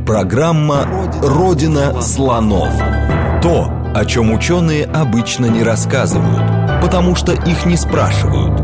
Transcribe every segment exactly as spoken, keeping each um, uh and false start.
Программа «Родина слонов». То, о чем ученые обычно не рассказывают, потому что их не спрашивают.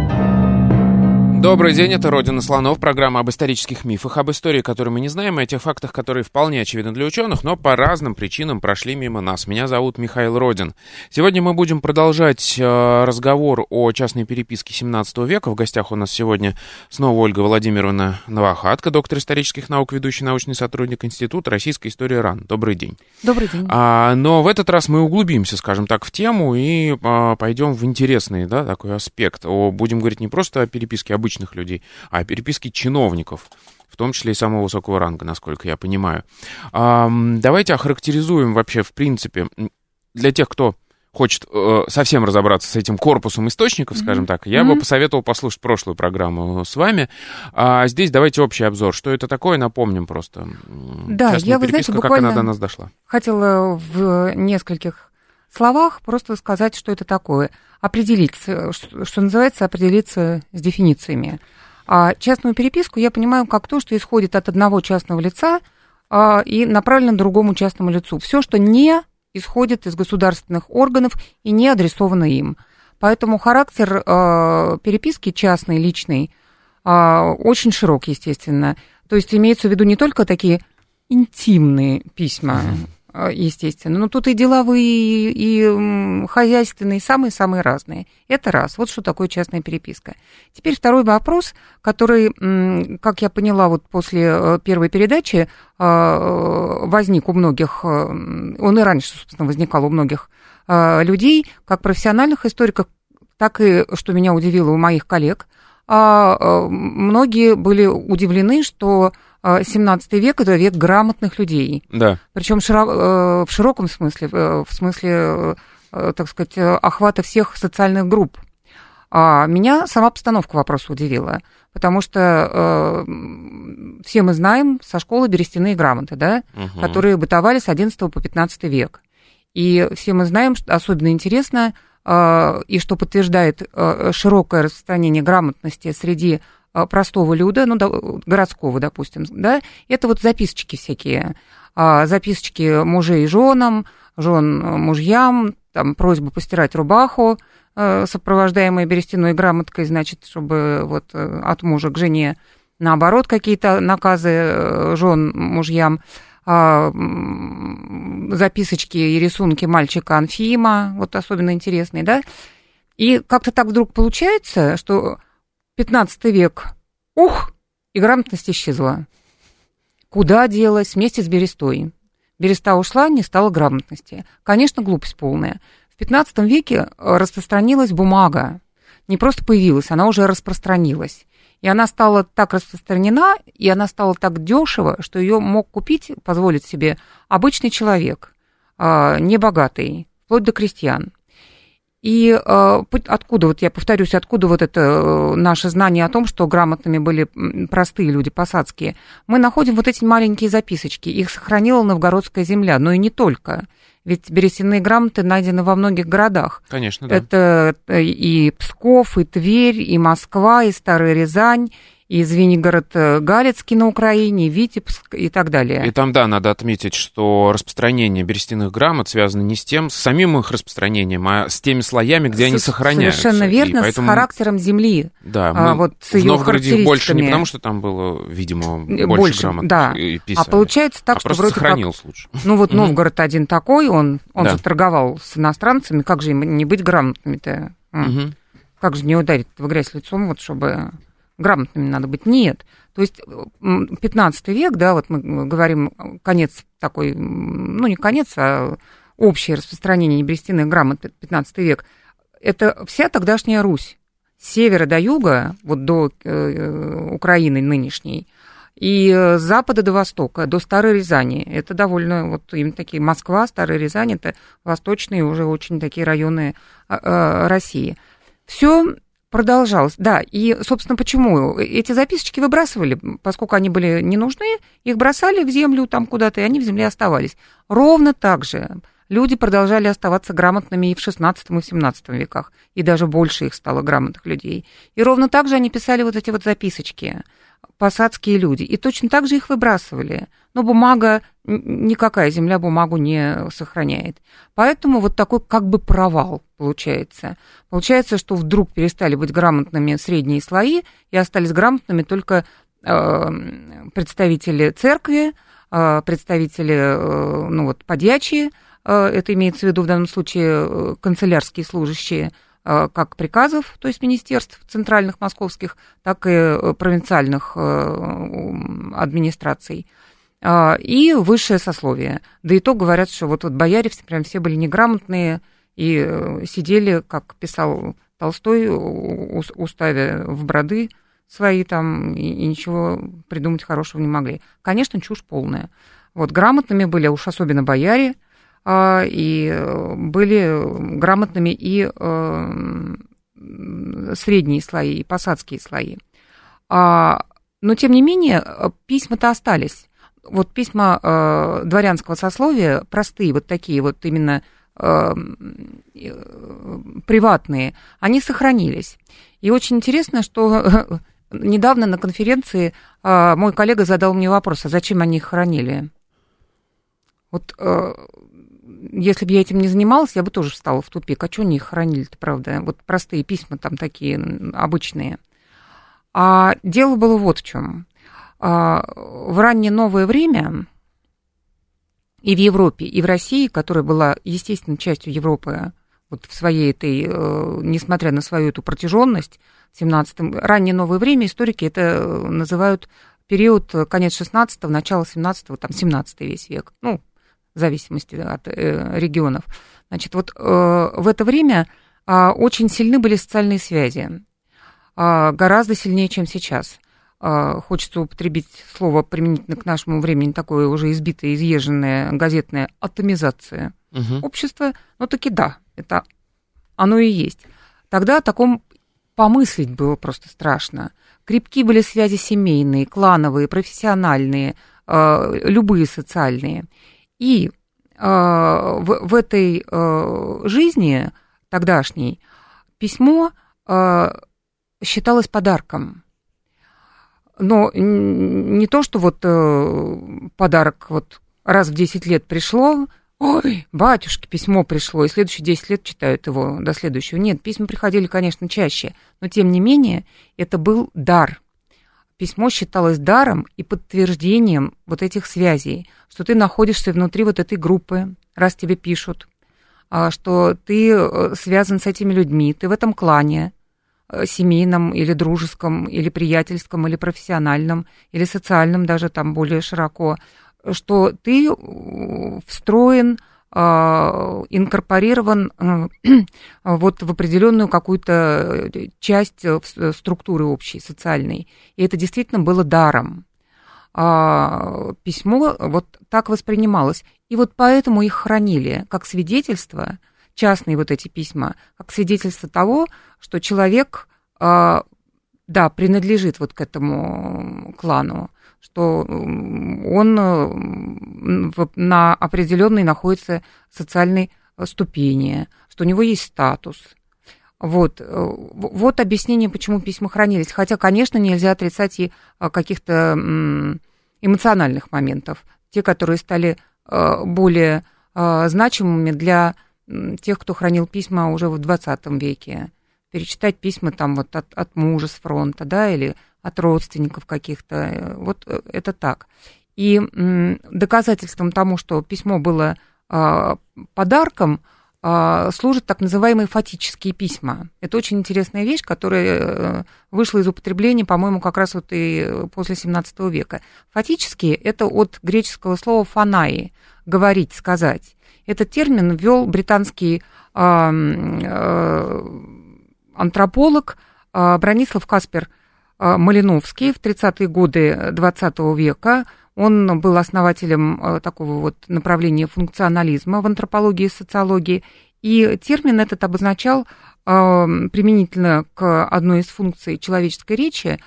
Добрый день, это «Родина слонов», программа об исторических мифах, об истории, которую мы не знаем, и о тех фактах, которые вполне очевидны для ученых, но по разным причинам прошли мимо нас. Меня зовут Михаил Родин. Сегодня мы будем продолжать э, разговор о частной переписке семнадцатого века. В гостях у нас сегодня снова Ольга Владимировна Новохатка, доктор исторических наук, ведущий научный сотрудник Института российской истории РАН. Добрый день. Добрый день. А, но в этот раз мы углубимся, скажем так, в тему и а, пойдем в интересный, да, такой аспект. О, будем говорить не просто о переписке обычных людей, а о переписке чиновников, в том числе и самого высокого ранга, насколько я понимаю. А, давайте охарактеризуем вообще, в принципе, для тех, кто хочет э, совсем разобраться с этим корпусом источников, скажем mm-hmm. так, я mm-hmm. бы посоветовал послушать прошлую программу с вами. А здесь давайте общий обзор. Что это такое, напомним просто. Да, частная я, вы переписка, знаете, буквально как она до нас дошла. Хотела в нескольких словах просто сказать, что это такое. Определиться, что называется, определиться с дефинициями. А частную переписку я понимаю как то, что исходит от одного частного лица а, и направлено другому частному лицу. Все, что не исходит из государственных органов и не адресовано им. Поэтому характер а, переписки частной, личной, а, очень широк, естественно. То есть имеется в виду не только такие интимные письма, естественно. Но тут и деловые, и хозяйственные, самые-самые разные. Это раз. Вот что такое частная переписка. Теперь второй вопрос, который, как я поняла, вот после первой передачи возник у многих, он и раньше, собственно, возникал у многих людей, как профессиональных историков, так и, что меня удивило, у моих коллег. Многие были удивлены, что семнадцатый век – это век грамотных людей. Да. Причем в широком смысле, в смысле, так сказать, охвата всех социальных групп. Меня сама постановка вопроса удивила, потому что все мы знаем со школы берестяные грамоты, да, угу. которые бытовали с одиннадцатого по пятнадцатый век. И все мы знаем, что особенно интересно, и что подтверждает широкое распространение грамотности среди простого люда, ну, городского, допустим, да, это вот записочки всякие, записочки мужей и женам, жен мужьям, там, просьба постирать рубаху, сопровождаемая берестяной грамоткой, значит, чтобы вот от мужа к жене, наоборот, какие-то наказы жен мужьям, записочки и рисунки мальчика Анфима, вот особенно интересные, да, и как-то так вдруг получается, что пятнадцатый век, ух, и грамотность исчезла. Куда делась вместе с берестой? Береста ушла, не стало грамотности. Конечно, глупость полная. В пятнадцатом веке распространилась бумага. Не просто появилась, она уже распространилась. И она стала так распространена, и она стала так дешево, что ее мог купить, позволить себе обычный человек, небогатый, вплоть до крестьян. И э, откуда, вот я повторюсь, откуда вот это э, наше знание о том, что грамотными были простые люди, посадские, мы находим вот эти маленькие записочки, их сохранила новгородская земля, но и не только, ведь берестяные грамоты найдены во многих городах. Конечно, да. Это и Псков, и Тверь, и Москва, и Старая Рязань, и Звенигород-Галицкий на Украине, Витебск и так далее. И там, да, надо отметить, что распространение берестяных грамот связано не с тем, с самим их распространением, а с теми слоями, где с, они сохраняются. Совершенно верно, поэтому, с характером земли. Да, мы а, вот с в Новгороде их больше не потому, что там было, видимо, больше, больше грамот да. и писали. А получается так, а что вроде сохранился как... лучше. Ну вот Новгород один такой, он, он да. же торговал с иностранцами, как же им не быть грамотными-то? Угу. Как же не ударить в грязь лицом, вот чтобы... Грамотными надо быть. Нет. То есть пятнадцатый век, да, вот мы говорим, конец такой, ну, не конец, а общее распространение берестяных грамот, пятнадцатый век, это вся тогдашняя Русь. С севера до юга, вот до э, Украины нынешней, и с запада до востока, до Старой Рязани. Это довольно, вот именно такие, Москва, Старая Рязань, это восточные уже очень такие районы э, России. Все продолжалось, да, и, собственно, почему? Эти записочки выбрасывали, поскольку они были не нужны, их бросали в землю там куда-то, и они в земле оставались. Ровно так же люди продолжали оставаться грамотными и в шестнадцатом и в семнадцатом веках, и даже больше их стало грамотных людей. И ровно так же они писали вот эти вот записочки, посадские люди, и точно так же их выбрасывали. но бумага, никакая земля бумагу не сохраняет. Поэтому вот такой как бы провал получается. Получается, что вдруг перестали быть грамотными средние слои, и остались грамотными только э, представители церкви, э, представители, э, ну вот, подьячие, э, это имеется в виду в данном случае канцелярские служащие, как приказов, то есть министерств центральных московских, так и провинциальных администраций, и высшее сословие. Да и то говорят, что вот, вот бояре прям все были неграмотные и сидели, как писал Толстой, уставя в броды свои там, и, и ничего придумать хорошего не могли. Конечно, чушь полная. Вот грамотными были уж особенно бояре, и были грамотными и средние слои, и посадские слои. Но, тем не менее, письма-то остались. Вот письма дворянского сословия, простые, вот такие вот именно приватные, они сохранились. И очень интересно, что недавно на конференции мой коллега задал мне вопрос, а зачем они их хранили? Вот если бы я этим не занималась, я бы тоже встала в тупик. А что они их хранили-то, правда? Вот простые письма там такие, обычные. А дело было вот в чем. В раннее новое время и в Европе, и в России, которая была, естественно, частью Европы, вот в своей этой, несмотря на свою эту протяженность, в семнадцатом, раннее новое время, историки это называют период конец шестнадцатого, начало семнадцатого, там семнадцатый весь век, ну, в зависимости от э, регионов. Значит, вот э, в это время э, очень сильны были социальные связи, э, гораздо сильнее, чем сейчас. Э, хочется употребить слово применительно к нашему времени, такое уже избитое, изъезженное, газетная атомизация угу. общества. Но таки да, это оно и есть. Тогда о таком помыслить было просто страшно. Крепки были связи семейные, клановые, профессиональные, э, любые социальные. И э, в, в этой э, жизни тогдашней письмо э, считалось подарком. Но не то, что вот э, подарок вот раз в десять лет пришло, ой, батюшки, письмо пришло, и следующие десять лет читают его до следующего. Нет, письма приходили, конечно, чаще, но тем не менее это был дар. Письмо считалось даром и подтверждением вот этих связей, что ты находишься внутри вот этой группы, раз тебе пишут, что ты связан с этими людьми, ты в этом клане, семейном или дружеском, или приятельском, или профессиональном, или социальном даже там более широко, что ты встроен, инкорпорирован вот в определенную какую-то часть структуры общей, социальной. И это действительно было даром. Письмо вот так воспринималось. И вот поэтому их хранили как свидетельство, частные вот эти письма, как свидетельство того, что человек, да, принадлежит вот к этому клану, что он на определенной находится социальной ступени, что у него есть статус. Вот, вот объяснение, почему письма хранились. Хотя, конечно, нельзя отрицать и каких-то эмоциональных моментов, те, которые стали более значимыми для тех, кто хранил письма уже в двадцатом веке. Перечитать письма там вот от, от мужа с фронта, да, или от родственников каких-то, вот это так. И доказательством тому, что письмо было подарком, служат так называемые фатические письма. Это очень интересная вещь, которая вышла из употребления, по-моему, как раз вот и после семнадцатого века. Фатические – это от греческого слова «фанаи» – говорить, сказать. Этот термин ввел британский антрополог Бронислав Каспер Малиновский в тридцатые годы двадцатого века. Он был основателем такого вот направления функционализма в антропологии и социологии. И термин этот обозначал применительно к одной из функций человеческой речи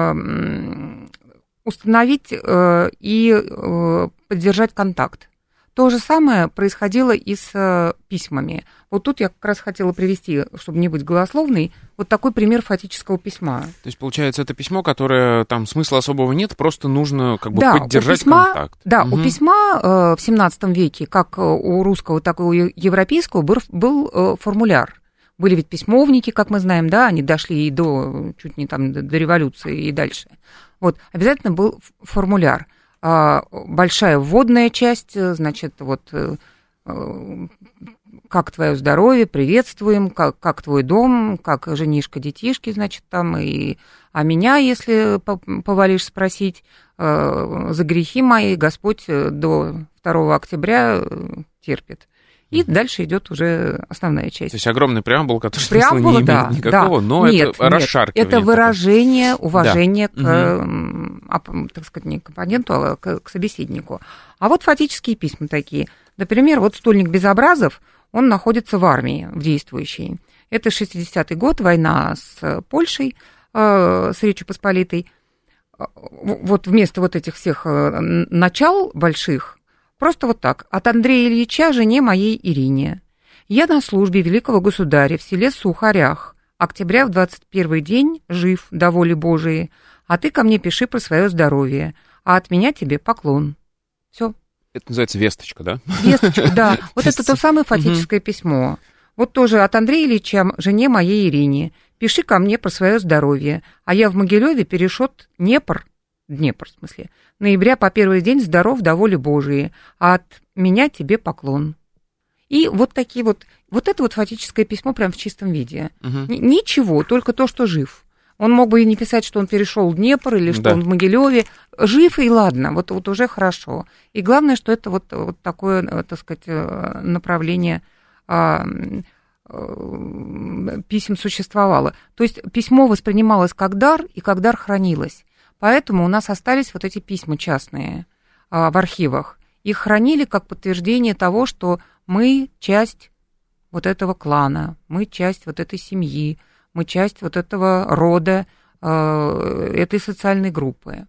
установить и поддержать контакт. То же самое происходило и с э, письмами. Вот тут я как раз хотела привести, чтобы не быть голословной, вот такой пример фатического письма. То есть, получается, это письмо, которое там смысла особого нет, просто нужно как бы да, поддержать у письма, контакт. Да, угу. у письма э, в семнадцатом веке, как у русского, так и у европейского, был, был э, формуляр. Были ведь письмовники, как мы знаем, да, они дошли и до, чуть не там, до, до революции и дальше. Вот, обязательно был формуляр. Большая вводная часть, значит, вот как твое здоровье, приветствуем, как, как твой дом, как женишка, детишки, значит, там, и а меня, если повалишь спросить, за грехи мои Господь до второго октября терпит. И mm-hmm. дальше идет уже основная часть. То есть огромный преамбул, который преамбула, смысла не да, имеет никакого, да. но нет, это расшаркивание. Это выражение уважения да. к, mm-hmm. так сказать, не к оппоненту, а к, к собеседнику. А вот фатические письма такие. Например, вот стольник Безобразов, он находится в армии, в действующей. Это шестидесятый год, война с Польшей, с Речью Посполитой. Вот вместо вот этих всех начал больших, просто вот так. От Андрея Ильича, жене моей Ирине. Я на службе великого государя в селе Сухарях. Октября в двадцать первый день, жив, до воли Божией. А ты ко мне пиши про свое здоровье. А от меня тебе поклон. Все. Это называется весточка, да? Весточка, да. Вот это то самое фатическое письмо. Вот тоже от Андрея Ильича, жене моей Ирине. Пиши ко мне про свое здоровье. А я в Могилеве перешот Днепр, Днепр, в смысле, ноября по первый день здоров до воли Божией, а от меня тебе поклон. И вот такие вот, вот это вот фатическое письмо прям в чистом виде. Угу. Ничего, только то, что жив. Он мог бы и не писать, что он перешел Днепр или что да. он в Могилеве. Жив, и ладно, вот, вот уже хорошо. И главное, что это вот, вот такое, так сказать, направление а, а, писем существовало. То есть письмо воспринималось как дар, и как дар хранилось. Поэтому у нас остались вот эти письма частные а, в архивах. Их хранили как подтверждение того, что мы часть вот этого клана, мы часть вот этой семьи, мы часть вот этого рода, а, этой социальной группы.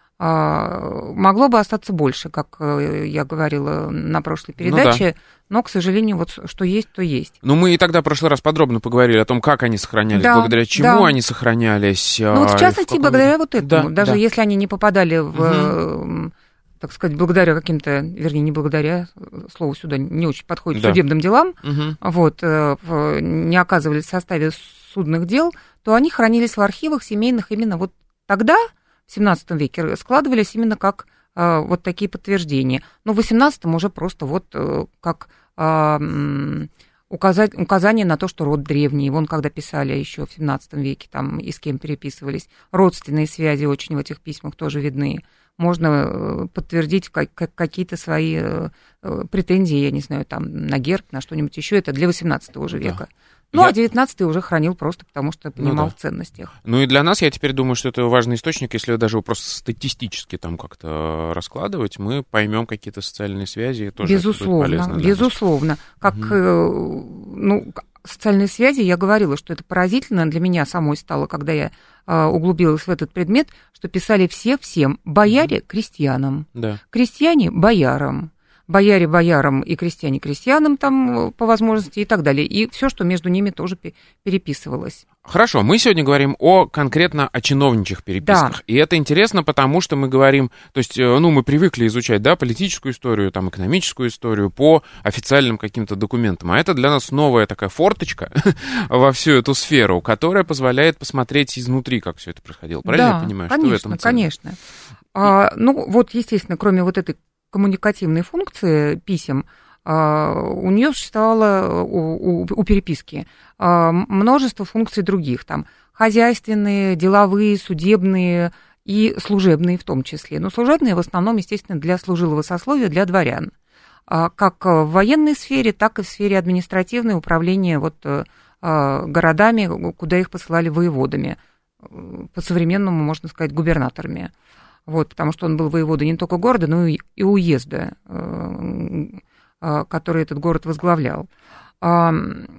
А, могло бы остаться больше, как я говорила на прошлой передаче, ну, да. но, к сожалению, вот что есть, то есть. Ну, мы и тогда в прошлый раз подробно поговорили о том, как они сохранялись, да, благодаря чему да. они сохранялись. Ну, вот в частности, каком... благодаря вот этому. Да, даже да. если они не попадали в, угу. так сказать, благодаря каким-то, вернее, не благодаря, слово сюда не очень подходит, да. судебным делам, угу. вот, не оказывались в составе судных дел, то они хранились в архивах семейных именно вот тогда, в семнадцатом веке, складывались именно как э, вот такие подтверждения. Но в восемнадцатом уже просто вот э, как э, указать, указание на то, что род древний. Вон, когда писали еще в семнадцатом веке, там и с кем переписывались. Родственные связи очень в этих письмах тоже видны. Можно подтвердить как, как, какие-то свои э, претензии, я не знаю, там, на герб, на что-нибудь еще. Это для восемнадцатого уже века. Да. Ну, я... а девятнадцатый уже хранил просто потому, что понимал ну, да. в ценностях. Ну, и для нас, я теперь думаю, что это важный источник, если даже его просто статистически там как-то раскладывать, мы поймем какие-то социальные связи. Тоже безусловно, безусловно. Как, угу. э, ну, социальные связи, я говорила, что это поразительно для меня самой стало, когда я э, углубилась в этот предмет, что писали все всем. Бояре – крестьянам, да. крестьяне – боярам. Бояре боярам и крестьяне крестьянам там по возможности и так далее. И все, что между ними тоже переписывалось. Хорошо, мы сегодня говорим о конкретно о чиновничьих переписках. Да. И это интересно, потому что мы говорим, то есть, ну, мы привыкли изучать, да, политическую историю, там, экономическую историю по официальным каким-то документам. А это для нас новая такая форточка во всю эту сферу, которая позволяет посмотреть изнутри, как все это происходило. Правильно да, я понимаю? Конечно, что в этом конечно. А, ну, вот, естественно, кроме вот этой коммуникативной функции писем, у нее существовало у, у, у переписки множество функций других, там, хозяйственные, деловые, судебные и служебные в том числе. Но служебные в основном, естественно, для служилого сословия, для дворян. Как в военной сфере, так и в сфере административной, управления вот городами, куда их посылали воеводами. По-современному, можно сказать, губернаторами. Вот, потому что он был воеводой не только города, но и уезда, который этот город возглавлял. Я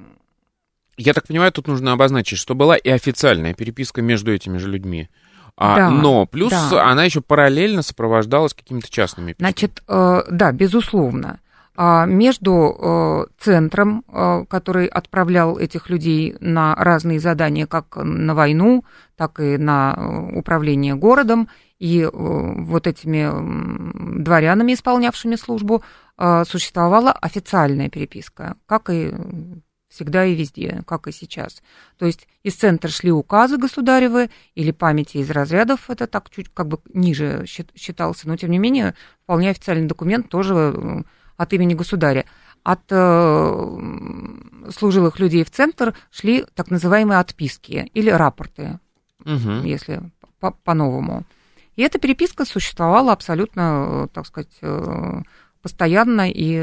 так понимаю, тут нужно обозначить, что была и официальная переписка между этими же людьми. Да, но плюс да. она еще параллельно сопровождалась какими-то частными письмами. Значит, да, безусловно. между центром, который отправлял этих людей на разные задания, как на войну, так и на управление городом, и вот этими дворянами, исполнявшими службу, существовала официальная переписка, как и всегда и везде, как и сейчас. То есть из центра шли указы государевы или памяти из разрядов, это так чуть как бы ниже считался, но тем не менее вполне официальный документ тоже от имени государя. От э, служилых людей в центр шли так называемые отписки или рапорты, угу. если по- по-новому. И эта переписка существовала абсолютно, так сказать, постоянно и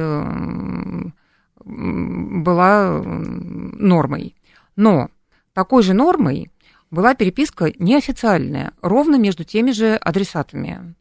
была нормой. Но такой же нормой была переписка неофициальная, ровно между теми же адресатами.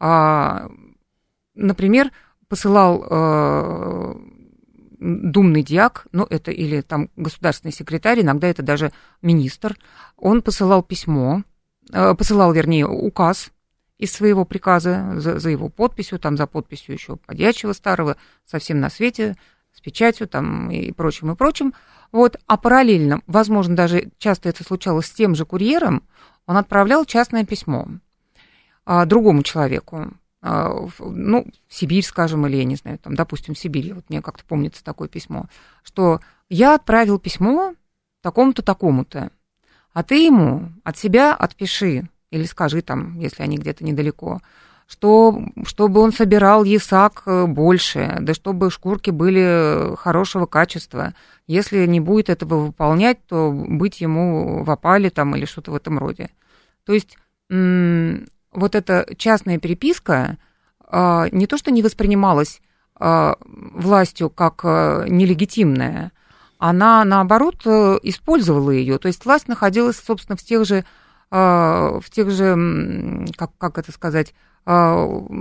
Например, посылал э, думный дьяк, ну, это или там государственный секретарь, иногда это даже министр, он посылал письмо, э, посылал, вернее, указ из своего приказа за, за его подписью, там за подписью еще подьячего старого, совсем на свете, с печатью там и прочим, и прочим. Вот. А параллельно, возможно, даже часто это случалось с тем же курьером, он отправлял частное письмо э, другому человеку. Ну, в Сибирь, скажем, или, я не знаю, там, допустим, в Сибирь, вот мне как-то помнится такое письмо, что я отправил письмо такому-то, такому-то, а ты ему от себя отпиши, или скажи там, если они где-то недалеко, что, чтобы он собирал ясак больше, да чтобы шкурки были хорошего качества. Если не будет этого выполнять, то быть ему в опале там или что-то в этом роде. То есть вот эта частная переписка а, не то что не воспринималась а, властью как а, нелегитимная, она, наоборот, использовала ее. То есть власть находилась, собственно, в тех же, а, в тех же, как, как это сказать, а,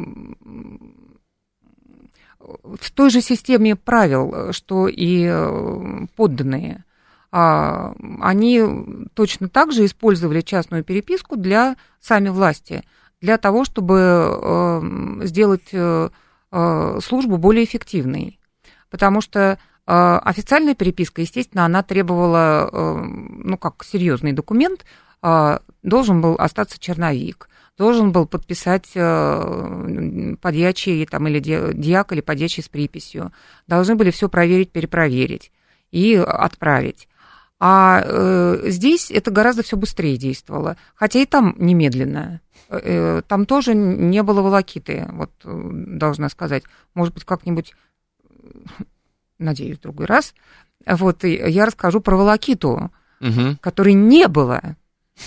в той же системе правил, что и подданные. А, они точно так же использовали частную переписку для сами власти, для того, чтобы э, сделать э, службу более эффективной. Потому что э, официальная переписка, естественно, она требовала, э, ну, как серьезный документ, э, должен был остаться черновик, должен был подписать э, подьячий там, или дьяк, или подьячий с приписью, должны были все проверить, перепроверить и отправить. А э, здесь это гораздо все быстрее действовало, хотя и там немедленно. Э, там тоже не было волокиты, вот должна сказать. Может быть, как-нибудь, надеюсь, в другой раз, вот я расскажу про волокиту, угу. которой не было э,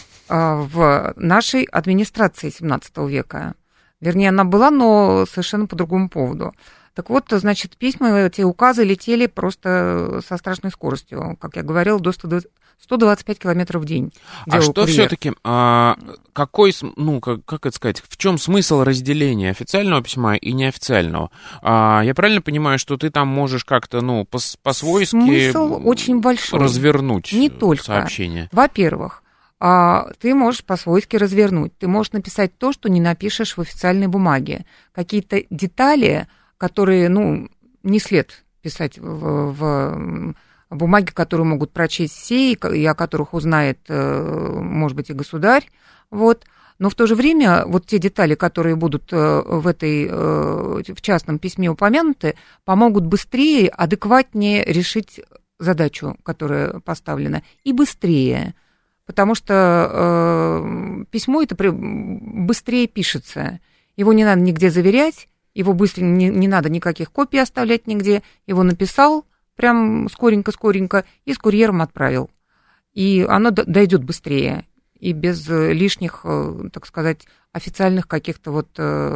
в нашей администрации семнадцатого века. Вернее, она была, но совершенно по другому поводу. Так вот, значит, письма, эти указы летели просто со страшной скоростью, как я говорила, до сто двадцать пять километров в день. А что все-таки, а, какой, ну, как, как это сказать, в чем смысл разделения официального письма и неофициального? А, я правильно понимаю, что ты там можешь как-то, ну, по-свойски смысл очень большой. Развернуть Не только. Сообщение? Во-первых, ты можешь по-свойски развернуть, ты можешь написать то, что не напишешь в официальной бумаге. Какие-то детали, которые, ну, не след писать в, в бумаге, которую могут прочесть все, и о которых узнает, может быть, и государь, вот. Но в то же время вот те детали, которые будут в этой, в частном письме упомянуты, помогут быстрее, адекватнее решить задачу, которая поставлена, и быстрее, потому что э, письмо это быстрее пишется, его не надо нигде заверять, его быстро, не, не надо никаких копий оставлять нигде, его написал прям скоренько-скоренько и с курьером отправил. И оно дойдет быстрее и без лишних, так сказать, официальных каких-то вот,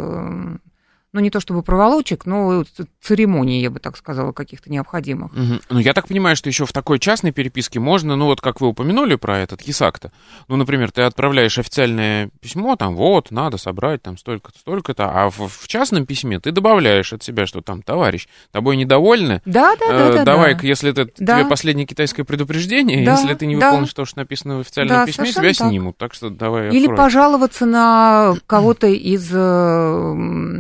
ну, не то чтобы проволочек, но церемоний, я бы так сказала, каких-то необходимых. Угу. Ну, я так понимаю, что еще в такой частной переписке можно, ну, вот как вы упомянули про этот ясак-то, ну, например, ты отправляешь официальное письмо, там, вот, надо собрать там столько-то, столько-то, а в, в частном письме ты добавляешь от себя, что там, товарищ, тобой недовольны? Да, да, да. Э, да давай-ка, да. если это да. тебе последнее китайское предупреждение, да, если ты не да. выполнишь то, что написано в официальном да, письме, тебя так. снимут, так что давай Или открой. пожаловаться на кого-то из э,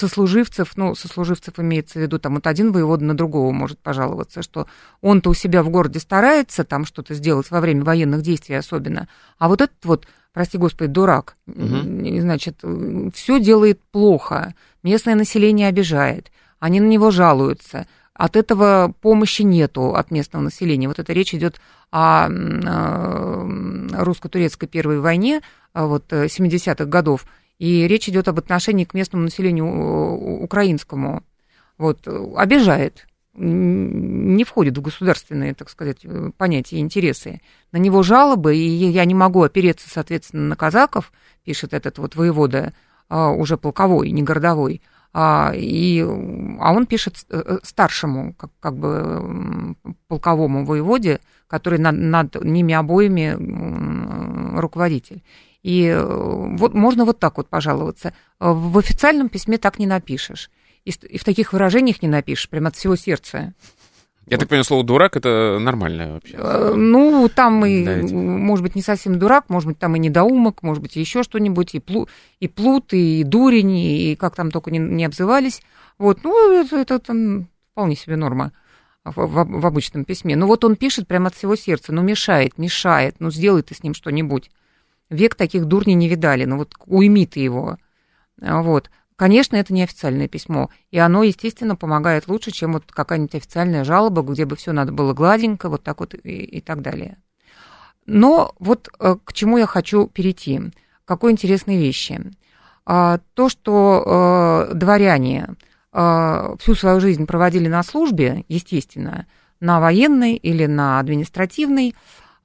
сослуживцев, ну, сослуживцев имеется в виду, там вот один воевода на другого может пожаловаться, что он-то у себя в городе старается там что-то сделать во время военных действий особенно, а вот этот вот, прости господи, дурак, угу. значит, все делает плохо, местное население обижает, они на него жалуются, от этого помощи нету от местного населения. Вот это речь идет о русско-турецкой первой войне вот, семидесятых годов, и речь идет об отношении к местному населению украинскому. Вот, обижает, не входит в государственные, так сказать, понятия и интересы. На него жалобы, и я не могу опереться, соответственно, на казаков, пишет этот вот воевода, уже полковой, не городовой, А, и, а он пишет старшему, как, как бы полковому воеводе, который над, над ними обоими руководитель. И вот можно вот так вот пожаловаться. В официальном письме так не напишешь. И, и в таких выражениях не напишешь, прямо от всего сердца. Я вот. Так понимаю, слово «дурак» — это нормальное вообще? Ну, там и, да, может быть, не совсем дурак, может быть, там и недоумок, может быть, еще что-нибудь, и, плу, и плут, и дурень, и как там только не, не обзывались. Вот, ну, это, это там вполне себе норма в, в, в обычном письме. Ну, вот он пишет прямо от всего сердца, ну, мешает, мешает, ну, сделай ты с ним что-нибудь. Век таких дурней не видали, ну, вот уйми ты его. Вот. Конечно, это неофициальное письмо, и оно, естественно, помогает лучше, чем вот какая-нибудь официальная жалоба, где бы все надо было гладенько, вот так вот и, и так далее. Но вот к чему я хочу перейти, к какой интересной вещи. То, что дворяне всю свою жизнь проводили на службе, естественно, на военной или на административной,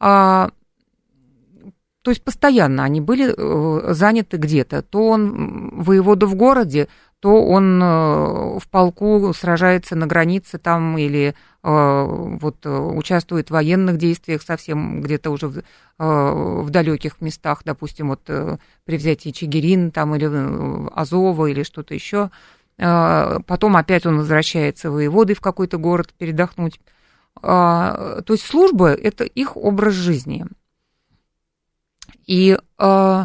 то есть постоянно они были заняты где-то. То он воевода в городе, то он в полку сражается на границе там или вот, участвует в военных действиях совсем где-то уже в, в далеких местах, допустим, вот при взятии Чигирин там, или Азова или что-то еще. Потом опять он возвращается воеводой в какой-то город передохнуть. То есть служба – это их образ жизни. И э, в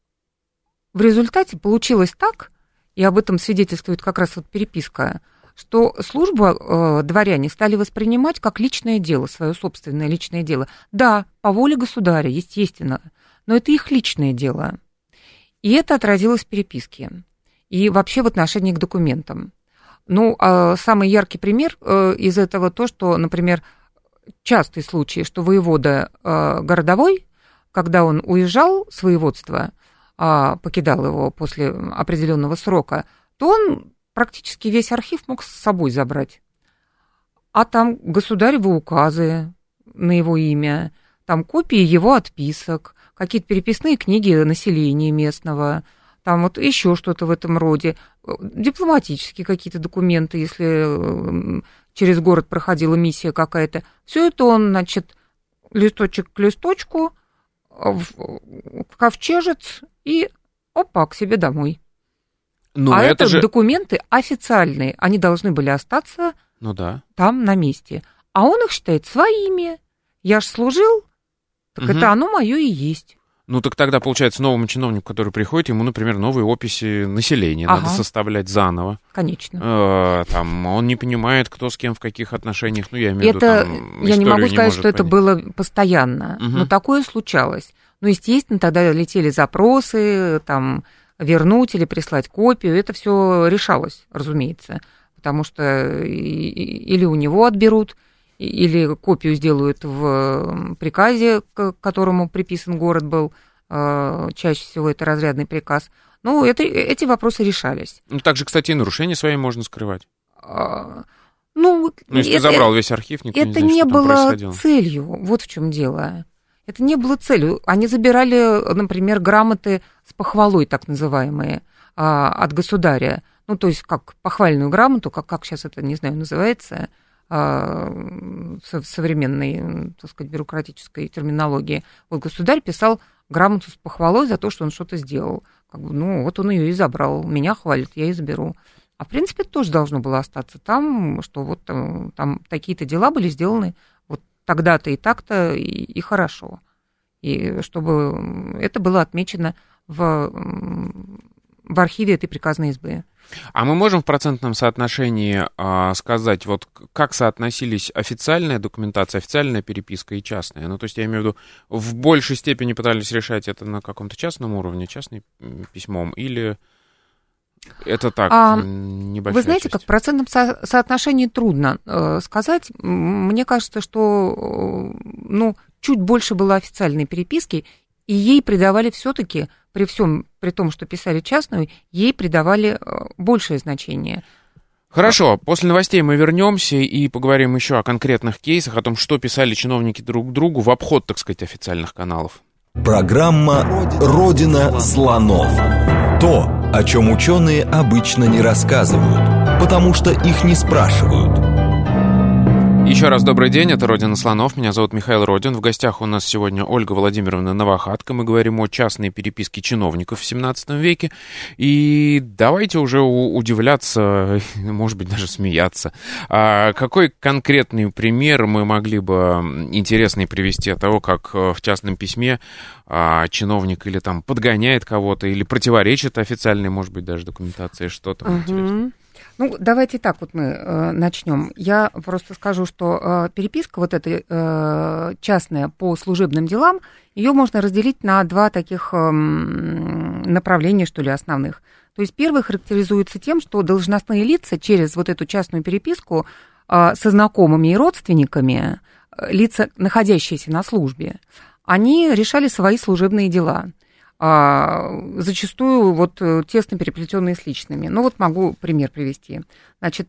результате получилось так, и об этом свидетельствует как раз вот переписка, что службу э, дворяне стали воспринимать как личное дело, свое собственное личное дело. Да, по воле государя, естественно, но это их личное дело. И это отразилось в переписке и вообще в отношении к документам. Ну, э, самый яркий пример э, из этого то, что, например, частый случай, что воевода э, городовой, когда он уезжал с воеводства, покидал его после определенного срока, то он практически весь архив мог с собой забрать. А там государевы указы на его имя, там копии его отписок, какие-то переписные книги населения местного, там вот еще что-то в этом роде, дипломатические какие-то документы, если через город проходила миссия какая-то. Все это он, значит, листочек к листочку, в ковчежец и опа, к себе домой. Но а это, это же... документы официальные, они должны были остаться ну да. там на месте. А он их считает своими. Я ж служил, так угу. это оно мое и есть. Ну так тогда, получается, новому чиновнику, который приходит, ему, например, новые описи населения ага. надо составлять заново. Конечно. Э, там, он не понимает, кто с кем в каких отношениях. Ну, я имею в виду, это, там, я не могу сказать, что понять. Это было постоянно, угу. но такое случалось. Ну, естественно, тогда летели запросы, там, вернуть или прислать копию. Это все решалось, разумеется. Потому что или у него отберут, или копию сделают в приказе, к которому приписан город был, чаще всего это разрядный приказ. Ну, это, эти вопросы решались. Ну, также, кстати, и нарушения свои можно скрывать. А, ну, ну, если это, ты забрал весь архив, никто это не знает, не что там было происходило. Целью, вот в чем дело. Это не было целью. Они забирали, например, грамоты с похвалой, так называемые, от государя. Ну, то есть, как похвальную грамоту, как, как сейчас это, не знаю, называется, в современной, так сказать, бюрократической терминологии. Вот государь писал грамоту с похвалой за то, что он что-то сделал. Как бы, ну, вот он ее и забрал. Меня хвалит, я и заберу. А в принципе, это тоже должно было остаться там, что вот там, там такие-то дела были сделаны вот тогда-то и так-то, и, и хорошо. И чтобы это было отмечено в, в архиве этой приказной избы. А мы можем в процентном соотношении а, сказать, вот как соотносились официальная документация, официальная переписка и частная? Ну, то есть, я имею в виду, в большей степени пытались решать это на каком-то частном уровне, частным письмом, или это так, а, небольшая Вы знаете, часть? как в процентном со- соотношении трудно э, сказать. Мне кажется, что э, ну, чуть больше было официальной переписки, и ей придавали все-таки, при всем, при том, что писали частную, ей придавали большее значение. Хорошо, после новостей мы вернемся и поговорим еще о конкретных кейсах, о том, что писали чиновники друг другу в обход, так сказать, официальных каналов. Программа «Родина слонов». То, о чем ученые обычно не рассказывают, потому что их не спрашивают. Еще раз добрый день, это «Родина слонов», меня зовут Михаил Родин. В гостях у нас сегодня Ольга Владимировна Новохатка. Мы говорим о частной переписке чиновников в семнадцатом веке. И давайте уже удивляться, может быть, даже смеяться. А какой конкретный пример мы могли бы интересный привести от того, как в частном письме чиновник или там подгоняет кого-то, или противоречит официальной, может быть, даже документации, что-то uh-huh. интересное? Ну, давайте так вот мы э, начнем. Я просто скажу, что э, переписка вот эта э, частная по служебным делам, ее можно разделить на два таких э, направления, что ли, основных. То есть первый характеризуется тем, что должностные лица через вот эту частную переписку э, со знакомыми и родственниками, лица, находящиеся на службе, они решали свои служебные дела. Зачастую вот тесно переплетенные с личными. Ну вот могу пример привести. Значит,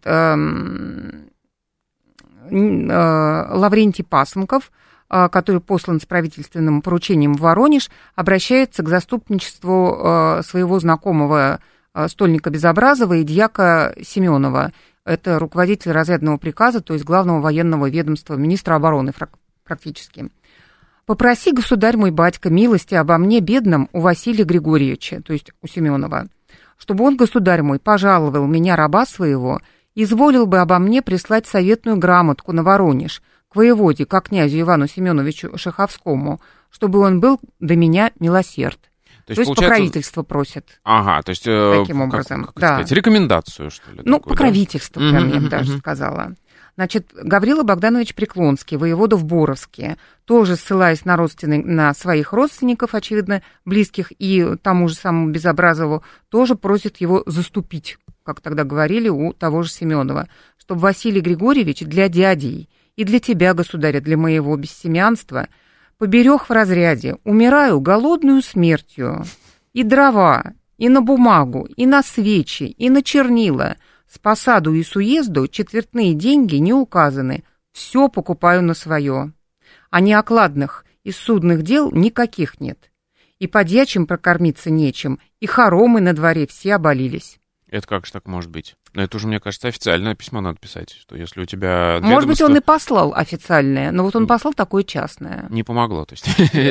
Лаврентий Пасынков, который послан с правительственным поручением в Воронеж, обращается к заступничеству своего знакомого стольника Безобразова и дьяка Семенова. Это руководитель разрядного приказа, то есть главного военного ведомства, министра обороны практически. «Попроси, государь мой батька, милости обо мне, бедном, у Василия Григорьевича», то есть у Семенова, «чтобы он, государь мой, пожаловал меня, раба своего, изволил бы обо мне прислать советную грамотку на Воронеж, к воеводе, как князю Ивану Семеновичу Шаховскому, чтобы он был до меня милосерд». То, то есть, получается, покровительство просит. Ага, то есть, таким как, образом. Как, как да. сказать, рекомендацию, что ли? Ну, такую, покровительство, да? прям я бы даже сказала. Значит, Гаврила Богданович Преклонский, воевода в Боровске, тоже ссылаясь на, родственник, на своих родственников, очевидно, близких, и тому же самому Безобразову, тоже просит его заступить, как тогда говорили у того же Семенова, чтобы Василий Григорьевич для дядей и для тебя, государя, для моего бессемянства, поберег в разряде, умираю голодную смертью, и дрова, и на бумагу, и на свечи, и на чернила, с посаду и с уезду четвертные деньги не указаны, все покупаю на свое. А ни окладных из судных дел никаких нет. И подьячим прокормиться нечем, и хоромы на дворе все оболились. Это как же так может быть? Но это уже, мне кажется, официальное письмо надо писать, что если у тебя... Может ведомства... быть, он и послал официальное, но вот он послал такое частное. Не помогло, то есть,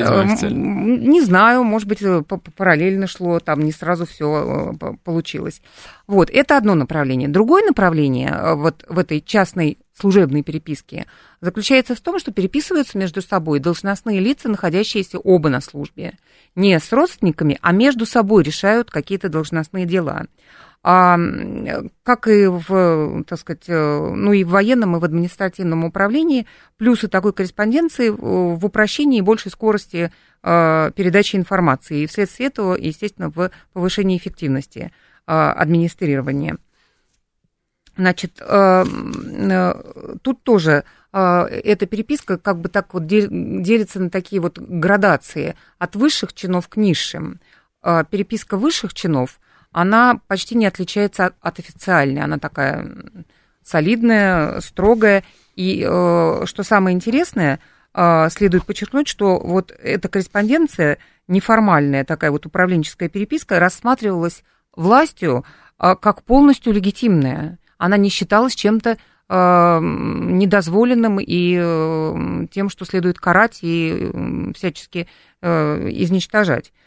не знаю, может быть, параллельно шло, там не сразу все получилось. Вот, это одно направление. Другое направление вот в этой частной служебной переписке заключается в том, что переписываются между собой должностные лица, находящиеся оба на службе. Не с родственниками, а между собой решают какие-то должностные дела. А, как и в, так сказать, ну и в военном, и в административном управлении, плюсы такой корреспонденции в упрощении и большей скорости а, передачи информации, и вследствие этого, естественно, в повышении эффективности а, администрирования. Значит, а, тут тоже а, эта переписка как бы так вот делится на такие вот градации от высших чинов к низшим. А, переписка высших чинов, она почти не отличается от, от официальной, она такая солидная, строгая, и э, что самое интересное, э, следует подчеркнуть, что вот эта корреспонденция, неформальная такая вот управленческая переписка, рассматривалась властью э, как полностью легитимная, она не считалась чем-то э, недозволенным и э, тем, что следует карать и э, всячески э, изничтожать.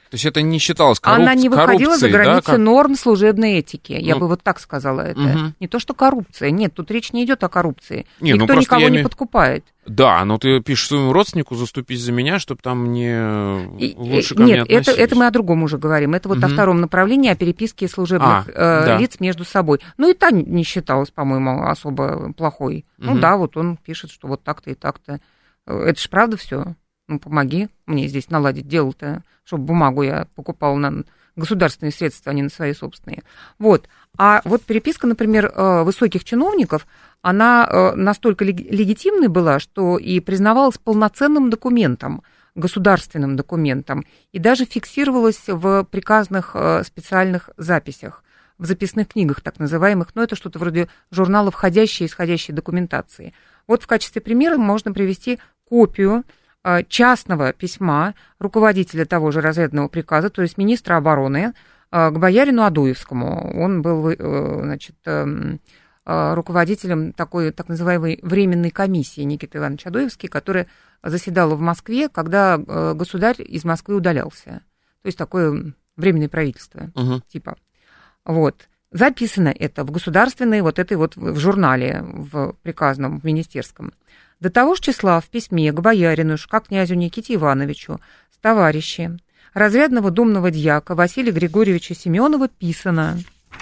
То есть это не считалось корруп... Она не выходила за границы да, как... норм служебной этики. Я ну, бы вот так сказала это. Угу. Не то, что коррупция. Нет, тут речь не идет о коррупции. Не, Никто ну никого имею... не подкупает. Да, но ты пишешь своему родственнику, заступись за меня, чтобы там не и, лучше ко нет, мне относились. это, это мы о другом уже говорим. Это вот угу. о втором направлении, о переписке служебных а, э, да. лиц между собой. Ну и та не считалась, по-моему, особо плохой. Угу. Ну да, вот он пишет, что вот так-то и так-то. Это ж правда все. Ну, помоги мне здесь наладить дело-то, чтобы бумагу я покупала на государственные средства, а не на свои собственные. Вот. А вот переписка, например, высоких чиновников, она настолько легитимной была, что и признавалась полноценным документом, государственным документом, и даже фиксировалась в приказных специальных записях, в записных книгах так называемых, но это что-то вроде журнала входящей и исходящей документации. Вот в качестве примера можно привести копию частного письма руководителя того же разведного приказа, то есть министра обороны, к боярину Адуевскому. Он был, значит, руководителем такой так называемой временной комиссии Никиты Ивановича Адуевский, которая заседала в Москве, когда государь из Москвы удалялся. То есть такое временное правительство, uh-huh. типа. Вот. Записано это в государственной вот этой вот в журнале, в приказном, в министерском. До того же числа в письме к боярину, как князю Никите Ивановичу, с товарищи разрядного думного дьяка Василия Григорьевича Семенова писано.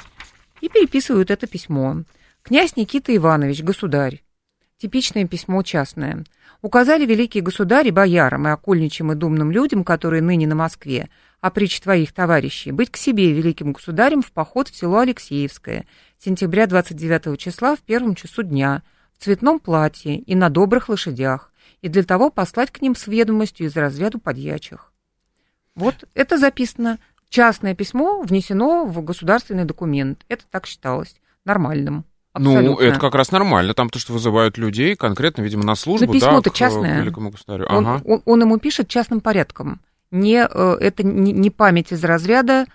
И переписывают это письмо. Князь Никита Иванович, государь. Типичное письмо частное. Указали великие государи боярам и окольничьим и думным людям, которые ныне на Москве, а притч твоих товарищей, быть к себе великим государем в поход в село Алексеевское, сентября двадцать девятого числа в первом часу дня, в цветном платье и на добрых лошадях, и для того послать к ним с ведомостью из разряду подьячих. Вот это записано. Частное письмо внесено в государственный документ. Это так считалось нормальным. Абсолютно. Ну, это как раз нормально. Там то, что вызывают людей, конкретно, видимо, на службу, да, письмо-то да, частное. К великому государю. Он, ага. он, он ему пишет частным порядком. Не, это не, не память из разряда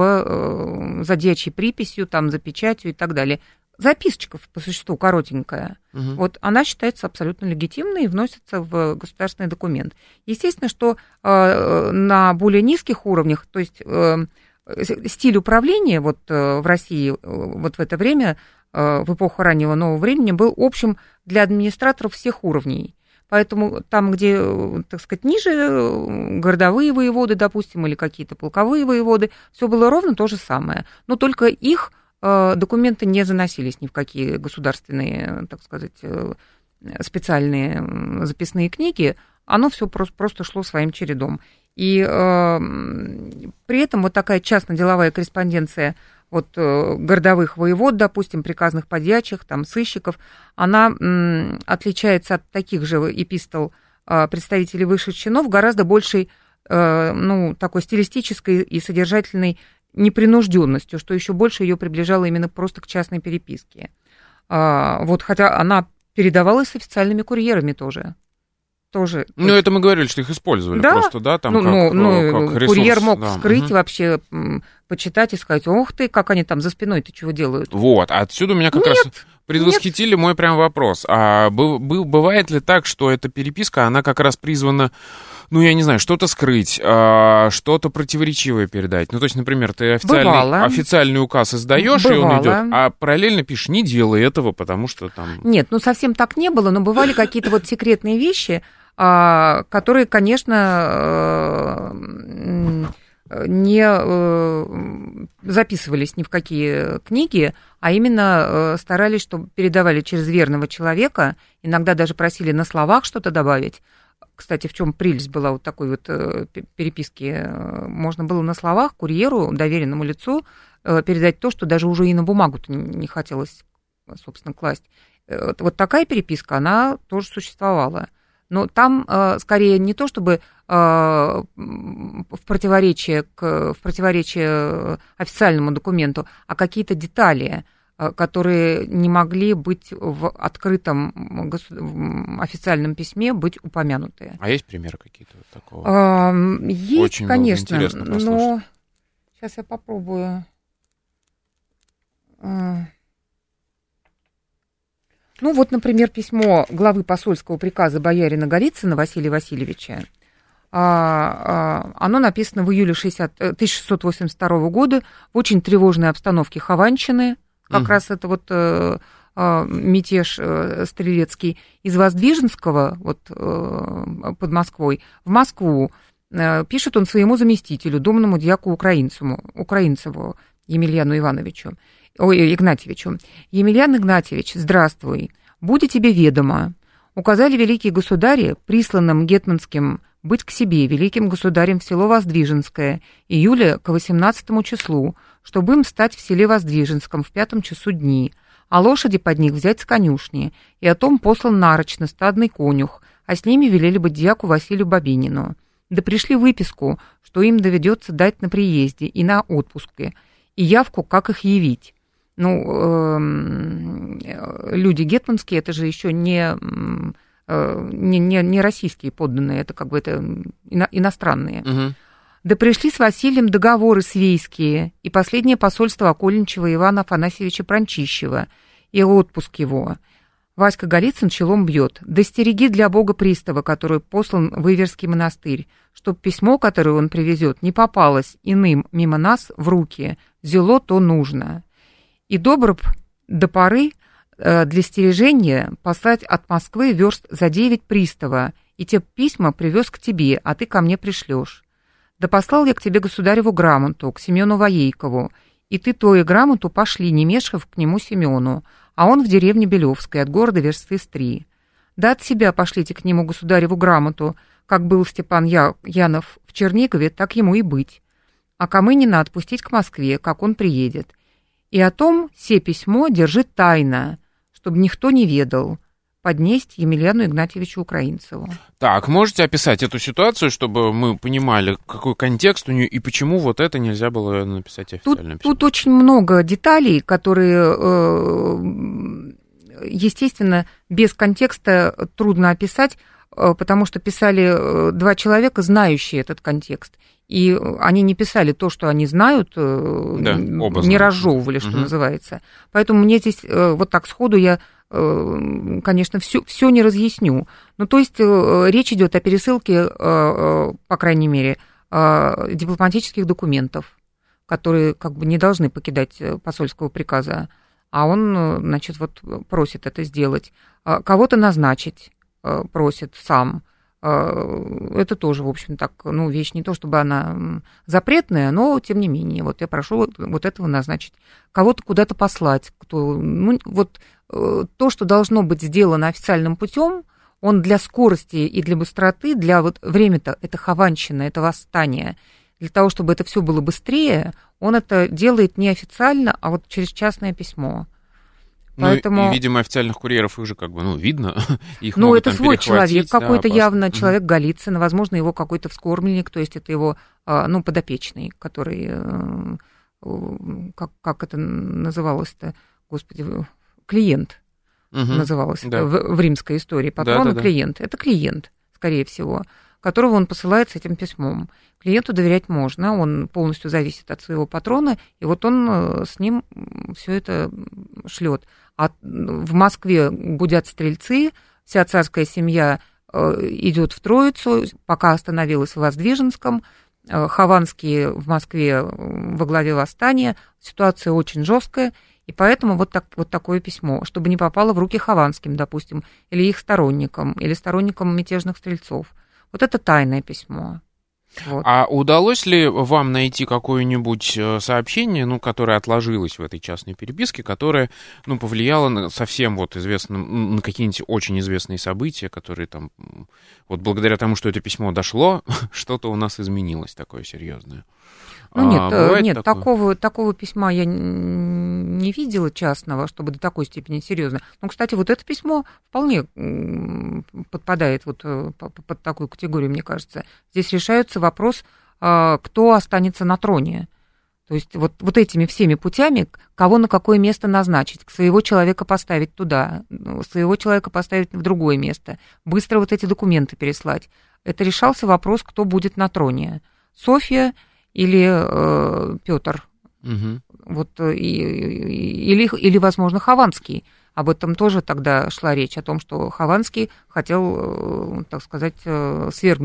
в, за дьячьей приписью, там, за печатью и так далее. Записочка, по существу, коротенькая. Угу. Вот она считается абсолютно легитимной и вносится в государственный документ. Естественно, что э, на более низких уровнях, то есть э, стиль управления вот, э, в России э, вот в это время, э, в эпоху раннего нового времени, был общим для администраторов всех уровней. Поэтому там, где, так сказать, ниже городовые воеводы, допустим, или какие-то полковые воеводы, все было ровно то же самое. Но только их документы не заносились ни в какие государственные, так сказать, специальные записные книги, оно все просто, просто шло своим чередом. И э, при этом вот такая частно-деловая корреспонденция вот, городовых воевод, допустим, приказных подьячих, там, сыщиков, она м, отличается от таких же эпистол э, представителей высших чинов гораздо большей, э, ну, такой стилистической и содержательной непринужденностью, что еще больше ее приближало именно просто к частной переписке. А, вот, хотя она передавалась с официальными курьерами тоже. тоже ну, это мы говорили, что их использовали да? просто, да, там ну, как, ну, как ресурс. Курьер мог да. вскрыть угу. вообще, почитать и сказать, ох ты, как они там за спиной-то чего делают. Вот, отсюда у меня как нет, раз предвосхитили нет. мой прям вопрос. А бывает ли так, что эта переписка, она как раз призвана, ну, я не знаю, что-то скрыть, а, что-то противоречивое передать. Ну, то есть, например, ты официальный, официальный указ издаешь, и он идет, а параллельно пишешь, не делай этого, потому что там... Нет, ну, совсем так не было, но бывали какие-то вот секретные вещи, которые, конечно, не записывались ни в какие книги, а именно старались, чтобы передавали через верного человека, иногда даже просили на словах что-то добавить. Кстати, в чем прелесть была вот такой вот переписки? Можно было на словах курьеру, доверенному лицу, передать то, что даже уже и на бумагу-то не хотелось, собственно, класть. Вот такая переписка, она тоже существовала. Но там скорее не то, чтобы в противоречие, к, в противоречие официальному документу, а какие-то детали, которые не могли быть в открытом официальном письме быть упомянуты. А есть примеры какие-то вот такого? А, есть, очень конечно, интересно послушать. Но сейчас я попробую. Ну вот, например, письмо главы посольского приказа боярина Голицына Василия Васильевича. Оно написано в июле тысяча шестьсот восемьдесят второго года в очень тревожной обстановке Хованщины, как угу. раз это вот мятеж стрелецкий, из Воздвиженского, вот под Москвой, в Москву. Пишет он своему заместителю, домному дьяку Украинцеву, Украинцеву Емельяну Ивановичу, ой, Игнатьевичу. Емельян Игнатьевич, здравствуй, буде тебе ведомо. Указали великие государи, присланным гетманским, быть к себе великим государем в село Воздвиженское, июля к восемнадцатому числу, чтобы им стать в селе Воздвиженском в пятом часу дни, а лошади под них взять с конюшни, и о том послан нарочно стадный конюх, а с ними велели быть дьяку Василию Бабинину. Да пришли выписку, что им доведется дать на приезде и на отпуске, и явку, как их явить. Ну, э, люди гетманские, это же еще не... Не, не, не российские подданные, это как бы это ино, иностранные. Угу. Да пришли с Василием договоры свейские и последнее посольство окольничего Ивана Афанасьевича Пранчищева и отпуск его. Васька Голицын челом бьет. Да стереги для бога пристава, который послан в Иверский монастырь, чтоб письмо, которое он привезет, не попалось иным мимо нас в руки, взяло то нужно. И добро б до поры для стережения послать от Москвы верст за девять пристава, и те письма привез к тебе, а ты ко мне пришлешь. Да послал я к тебе государеву грамоту, к Семену Воейкову, и ты тою грамоту пошли, не мешав к нему Семену, а он в деревне Белевской, от города версты с три. Да от себя пошлите к нему государеву грамоту, как был Степан Я... Янов в Чернигове, так ему и быть. А Камынина отпустить к Москве, как он приедет. И о том се письмо держи тайно, чтобы никто не ведал, поднесть Емельяну Игнатьевичу Украинцеву. Так, можете описать эту ситуацию, чтобы мы понимали, какой контекст у нее и почему вот это нельзя было написать официально? Тут, тут очень много деталей, которые, естественно, без контекста трудно описать, потому что писали два человека, знающие этот контекст. И они не писали то, что они знают, да, не разжевывали, что угу. называется. Поэтому мне здесь вот так сходу я, конечно, все, все не разъясню. Ну, то есть речь идет о пересылке, по крайней мере, дипломатических документов, которые как бы не должны покидать посольского приказа. А он, значит, вот просит это сделать. Кого-то назначить просит сам. Это тоже, в общем, так, ну, вещь не то, чтобы она запретная, но, тем не менее, вот я прошу вот этого назначить. Кого-то куда-то послать. Кто, ну, вот то, что должно быть сделано официальным путем, он для скорости и для быстроты, для вот время-то, это Хованщина, это восстание. Для того, чтобы это все было быстрее, он это делает не официально, а вот через частное письмо. Поэтому... Ну, и, видимо, официальных курьеров их же как бы, ну, видно, их ну, могут это там свой человек, да, какой-то опасно. явно человек Голицын, возможно, его какой-то вскормленник, то есть это его, ну, подопечный, который, как, как это называлось-то, господи, клиент угу. называлось да. в, в римской истории, патрон да, да, и клиент. Да. Это клиент, скорее всего, которого он посылает с этим письмом. Клиенту доверять можно, он полностью зависит от своего патрона, и вот он с ним все это шлет. А в Москве гудят стрельцы, вся царская семья идет в Троицу, пока остановилась в Воздвиженском, Хованские в Москве во главе восстания, ситуация очень жесткая, и поэтому вот, так, вот такое письмо, чтобы не попало в руки Хованским, допустим, или их сторонникам, или сторонникам мятежных стрельцов. Вот это тайное письмо. Вот. А удалось ли вам найти какое-нибудь сообщение, ну, которое отложилось в этой частной переписке, которое, ну, повлияло на совсем вот известным, на какие-нибудь очень известные события, которые там, вот благодаря тому, что это письмо дошло, что-то у нас изменилось такое серьезное? Ну, нет, а, нет такого, такого письма я не видела частного, чтобы до такой степени серьезно. Но, кстати, вот это письмо вполне подпадает вот под такую категорию, мне кажется. Здесь решается вопрос, кто останется на троне. То есть вот, вот этими всеми путями, кого на какое место назначить, своего человека поставить туда, своего человека поставить в другое место, быстро вот эти документы переслать. Это решался вопрос, кто будет на троне. Софья или э, Петр, угу. вот, и, или, или, возможно, Хованский. Об этом тоже тогда шла речь, о том, что Хованский хотел, так сказать, свергнуть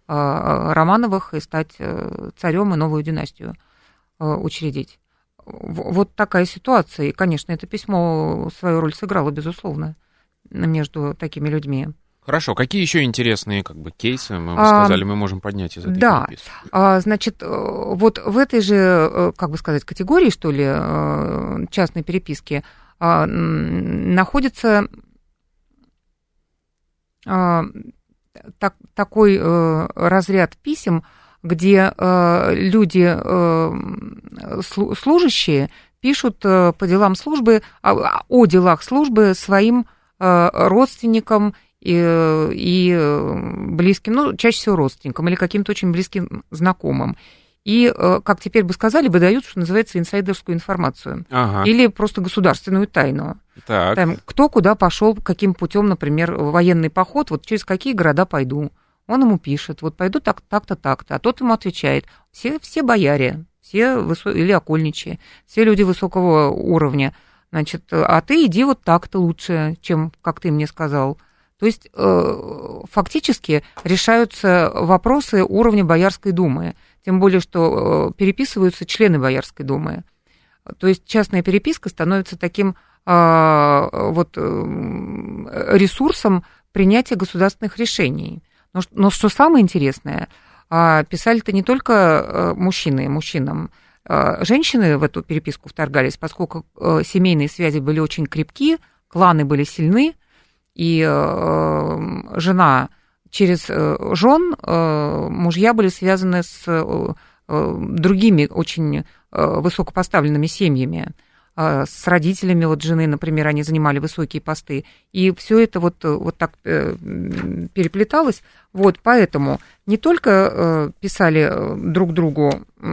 Романовых и стать царем и новую династию учредить. Вот такая ситуация. И, конечно, это письмо свою роль сыграло, безусловно, между такими людьми. Хорошо. Какие еще интересные как бы, кейсы, мы а, сказали, мы можем поднять из этой да. переписки? Да. Значит, вот в этой же, как бы сказать, категории, что ли, частной переписки находится так, такой разряд писем, где люди, служащие, пишут по делам службы, о делах службы своим родственникам и, и близким, ну, чаще всего родственникам или каким-то очень близким знакомым. И, как теперь бы сказали, выдают, что называется, инсайдерскую информацию. Ага. Или просто государственную тайну. Так. Там, кто куда пошел, каким путем, например, военный поход, вот через какие города пойду. Он ему пишет, вот пойду так, так-то, так-то. А тот ему отвечает, все, все бояре, все высо... или окольничьи, все люди высокого уровня. Значит, а ты иди вот так-то лучше, чем как ты мне сказал. То есть фактически решаются вопросы уровня Боярской думы. Тем более, что переписываются члены Боярской думы. То есть частная переписка становится таким вот ресурсом принятия государственных решений. Но, но что самое интересное, писали-то не только мужчины мужчинам. Женщины в эту переписку вторгались, поскольку семейные связи были очень крепки, кланы были сильны, и жена через жен, мужья были связаны с другими очень высокопоставленными семьями, с родителями вот жены, например, они занимали высокие посты, и все это вот, вот так переплеталось. Вот, поэтому не только писали друг другу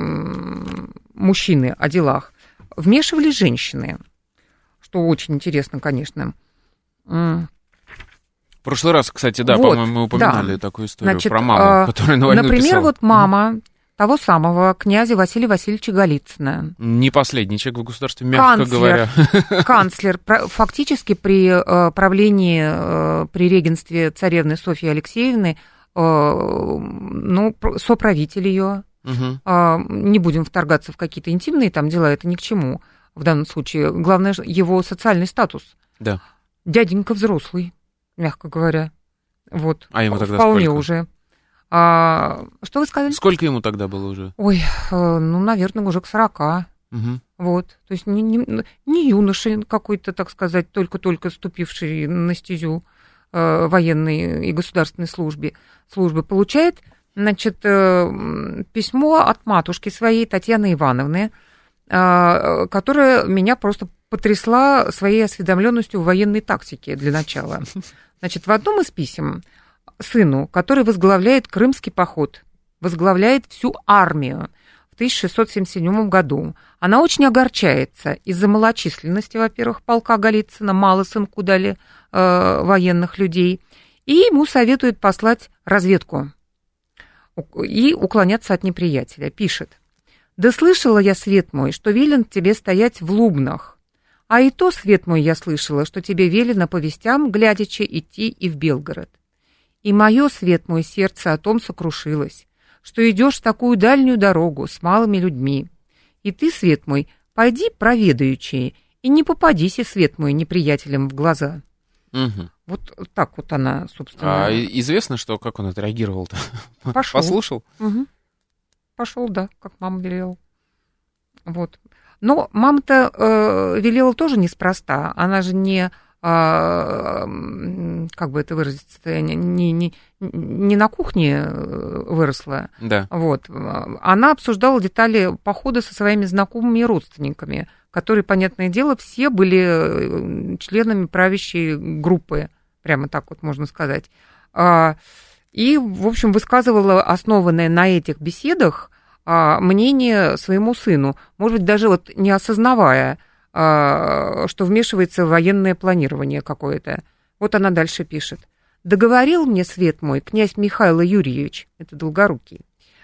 мужчины о делах, вмешивались женщины, что очень интересно, конечно. В прошлый раз, кстати, да, вот, по-моему, мы упоминали да. такую историю. Значит, про маму, которая на войну например, писала. вот мама того самого князя Василия Васильевича Голицына. Не последний человек в государстве, мягко канцлер, говоря. Канцлер. Фактически при правлении, при регенстве царевны Софьи Алексеевны, ну, соправитель ее. Угу. Не будем вторгаться в какие-то интимные там дела, это ни к чему в данном случае. Главное, его социальный статус. Да. Дяденька взрослый, мягко говоря. Вот. А ему тогда вполне сколько? Уже. А, что вы сказали? Сколько ему тогда было уже? Ой, ну, наверное, уже к сорока. Угу. Вот. То есть не, не, не юноша какой-то, так сказать, только-только ступивший на стезю э, военной и государственной службы, службы получает, значит, э, письмо от матушки своей, Татьяны Ивановны, э, которая меня просто потрясла своей осведомленностью в военной тактике для начала. Значит, в одном из писем сыну, который возглавляет Крымский поход, возглавляет всю армию в тысяча шестьсот семьдесят седьмом году. Она очень огорчается из-за малочисленности, во-первых, полка Голицына, мало сынку дали э, военных людей, и ему советует послать разведку и уклоняться от неприятеля. Пишет: «Да слышала я, свет мой, что велен тебе стоять в Лубнах, а и то, свет мой, я слышала, что тебе велено по вестям, глядячи, идти и в Белгород. И мое, свет мой, сердце о том сокрушилось, что идешь в такую дальнюю дорогу с малыми людьми. И ты, свет мой, пойди проведаючи, и не попадися, свет мой, неприятелям в глаза». Угу. Вот так вот она, собственно. А известно, что как он отреагировал-то? Пошел. Послушал? Угу. Пошел, да, как мама велела. Вот. Но мама-то э, велела тоже неспроста. Она же не... как бы это выразиться, не, не, не на кухне выросла. Да. Вот. Она обсуждала детали похода со своими знакомыми и родственниками, которые, понятное дело, все были членами правящей группы, прямо так вот можно сказать. И, в общем, высказывала, основанное на этих беседах, мнение своему сыну, может быть, даже вот не осознавая, что вмешивается в военное планирование какое-то. Вот она дальше пишет. «Договорил мне, свет мой, князь Михаил Юрьевич», это Долгорукий,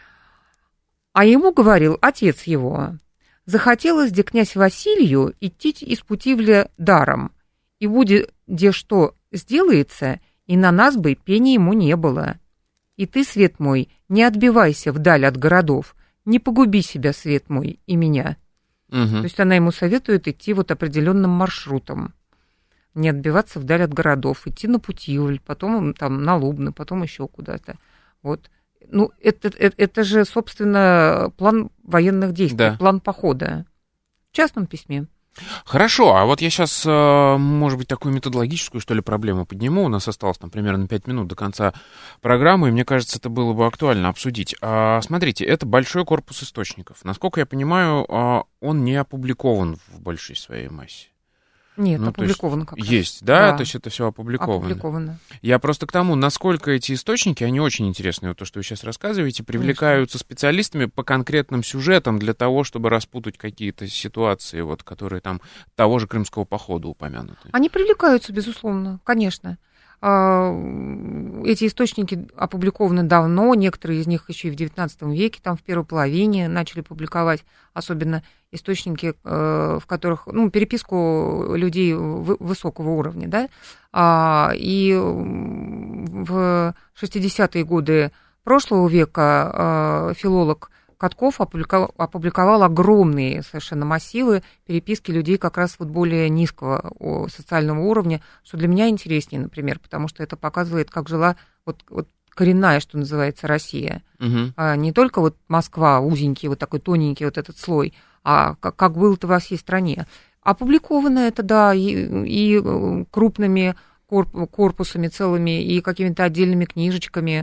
а ему говорил отец его: «Захотелось, где князь Василию, идти из Путивля даром, и будет, где что сделается, и на нас бы пени ему не было. И ты, свет мой, не отбивайся вдаль от городов, не погуби себя, свет мой, и меня. Угу. То есть она ему советует идти вот определенным маршрутом, не отбиваться вдаль от городов, идти на Путивль, потом там на Лубны, потом еще куда-то. Вот. Ну, это, это, это же, собственно, план военных действий, да. план похода в частном письме. Хорошо, а вот я сейчас, может быть, такую методологическую, что ли, проблему подниму. У нас осталось там примерно пять минут до конца программы, и мне кажется, это было бы актуально обсудить. Смотрите, это большой корпус источников. Насколько я понимаю, он не опубликован в большей своей массе. Нет, ну, опубликовано как раз. Есть, да? да? То есть это все опубликовано. Опубликовано. Я просто к тому, насколько эти источники, они очень интересные, вот то, что вы сейчас рассказываете, привлекаются Конечно. специалистами по конкретным сюжетам для того, чтобы распутать какие-то ситуации, вот, которые там того же Крымского похода упомянуты. Они привлекаются, безусловно, конечно. Эти источники опубликованы давно, некоторые из них еще и в девятнадцатом веке, там в первой половине начали публиковать, особенно источники, в которых, ну, переписку людей высокого уровня, да, и в шестидесятые годы прошлого века филолог Катков опубликовал, опубликовал огромные совершенно массивы переписки людей как раз вот более низкого социального уровня, что для меня интереснее, например, потому что это показывает, как жила вот, вот коренная, что называется, Россия. Угу. А не только вот Москва, узенький, вот такой тоненький вот этот слой, а как, как было-то во всей стране. Опубликовано это, да, и, и крупными корпусами целыми, и какими-то отдельными книжечками.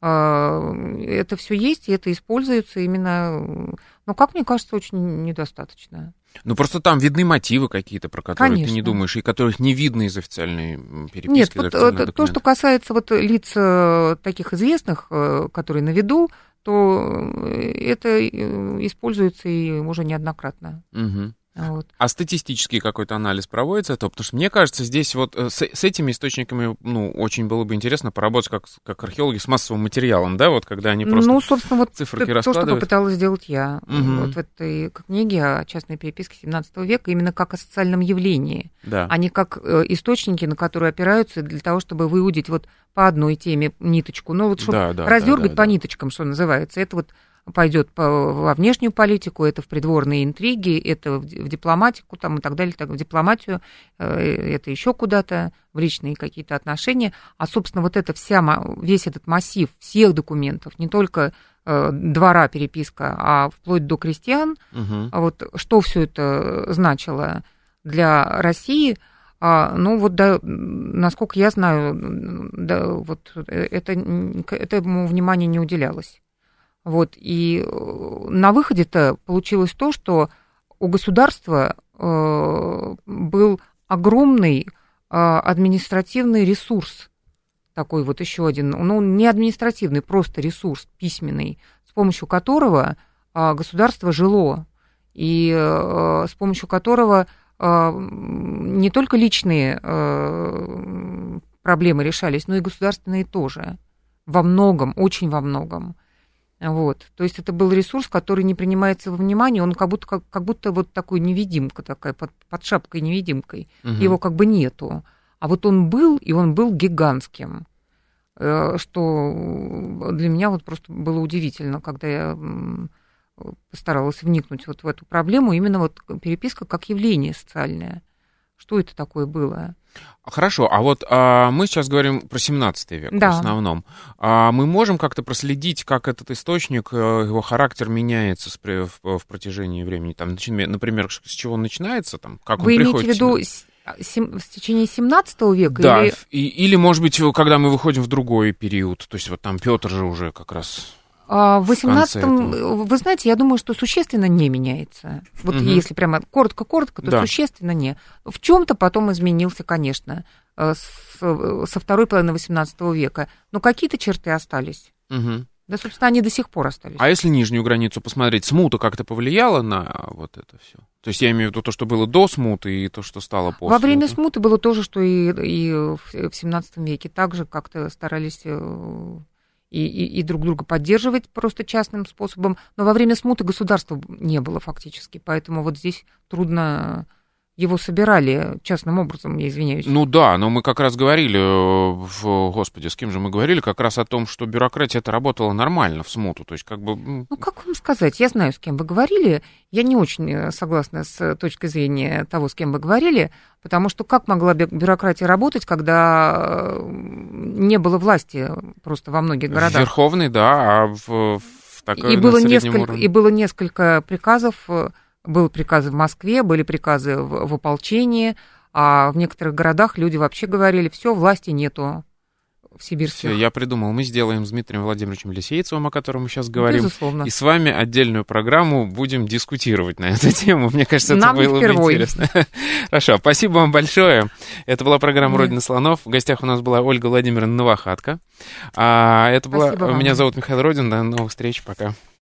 Это все есть, и это используется именно, ну, как мне кажется, очень недостаточно. Ну, просто там видны мотивы какие-то, про которые Конечно. ты не думаешь, и которых не видно из официальной переписки. Нет, из вот официальных то, что касается вот лиц таких известных, которые на виду, то это используется и уже неоднократно. Угу. Вот. А статистический какой-то анализ проводится этого? Потому что мне кажется, здесь вот с, с этими источниками, ну, очень было бы интересно поработать как, как археологи с массовым материалом, да, вот когда они просто ну, собственно, вот циферки то, раскладывают. То, что попыталась сделать я угу. вот в этой книге о частной переписке семнадцатого века, именно как о социальном явлении, да. а не как источники, на которые опираются для того, чтобы выудить вот по одной теме ниточку. Ну, вот чтобы да, да, раздергать да, да, по да. ниточкам, что называется. Это вот пойдет во внешнюю политику, это в придворные интриги, это в дипломатику там, и так далее, так, в дипломатию, это еще куда-то, в личные какие-то отношения. А, собственно, вот это вся, весь этот массив всех документов, не только двора переписка, а вплоть до крестьян, угу. вот что все это значило для России, ну вот, да, насколько я знаю, да, вот это, этому внимания не уделялось. Вот, и на выходе-то получилось то, что у государства э, был огромный э, административный ресурс, такой вот еще один, ну, не административный, просто ресурс письменный, с помощью которого э, государство жило, и э, с помощью которого э, не только личные э, проблемы решались, но и государственные тоже, во многом, очень во многом. Вот. То есть это был ресурс, который не принимается во внимание, он как будто, как, как будто вот такой невидимка такая, под, под шапкой-невидимкой, угу. Его как бы нету. А вот он был, и он был гигантским, что для меня вот просто было удивительно, когда я постаралась вникнуть вот в эту проблему, именно вот переписка как явление социальное. Что это такое было? Хорошо, а вот а, мы сейчас говорим про семнадцатый век, да. В основном. А мы можем как-то проследить, как этот источник, его характер меняется с, в, в протяжении времени? Там, например, с чего он начинается? Там, как Вы он имеете приходит в виду сем... в течение семнадцатого века? Да, или... И, или, может быть, когда мы выходим в другой период, то есть вот там Петр же уже как раз... В восемнадцатом, вы знаете, я думаю, что существенно не меняется. Вот угу. если прямо коротко-коротко, то да. существенно не. В чем-то потом изменился, конечно, с, со второй половины восемнадцатого века. Но какие-то черты остались. Угу. Да, собственно, они до сих пор остались. А если нижнюю границу посмотреть, смута как-то повлияла на вот это все? То есть я имею в виду то, что было до смуты, и то, что стало после. Во время смуты было то же, что и, и в семнадцатом веке. Также как-то старались... И, и, и друг друга поддерживать просто частным способом. Но во время смуты государства не было фактически, поэтому вот здесь трудно его собирали частным образом, я извиняюсь. Ну да, но мы как раз говорили, в, господи, с кем же мы говорили, как раз о том, что бюрократия это работала нормально в смуту, то есть как бы... Ну, как вам сказать, я знаю, с кем вы говорили, я не очень согласна с точки зрения того, с кем вы говорили, потому что как могла бюрократия работать, когда не было власти просто во многих городах? Верховный, да, а в, в такой, и, было несколько, уровне... и было несколько приказов. Были приказы в Москве, были приказы в, в ополчении, а в некоторых городах люди вообще говорили, все, власти нету в сибирских. Все, я придумал, мы сделаем с Дмитрием Владимировичем Лисейцевым, о котором мы сейчас говорим. Безусловно. И с вами отдельную программу будем дискутировать на эту тему. Мне кажется, это Нам было бы впервой. интересно. Хорошо, спасибо вам большое. Это была программа «Родина слонов». В гостях у нас была Ольга Владимировна Новохатка. А это была... Меня зовут Михаил Родин. До новых встреч. Пока.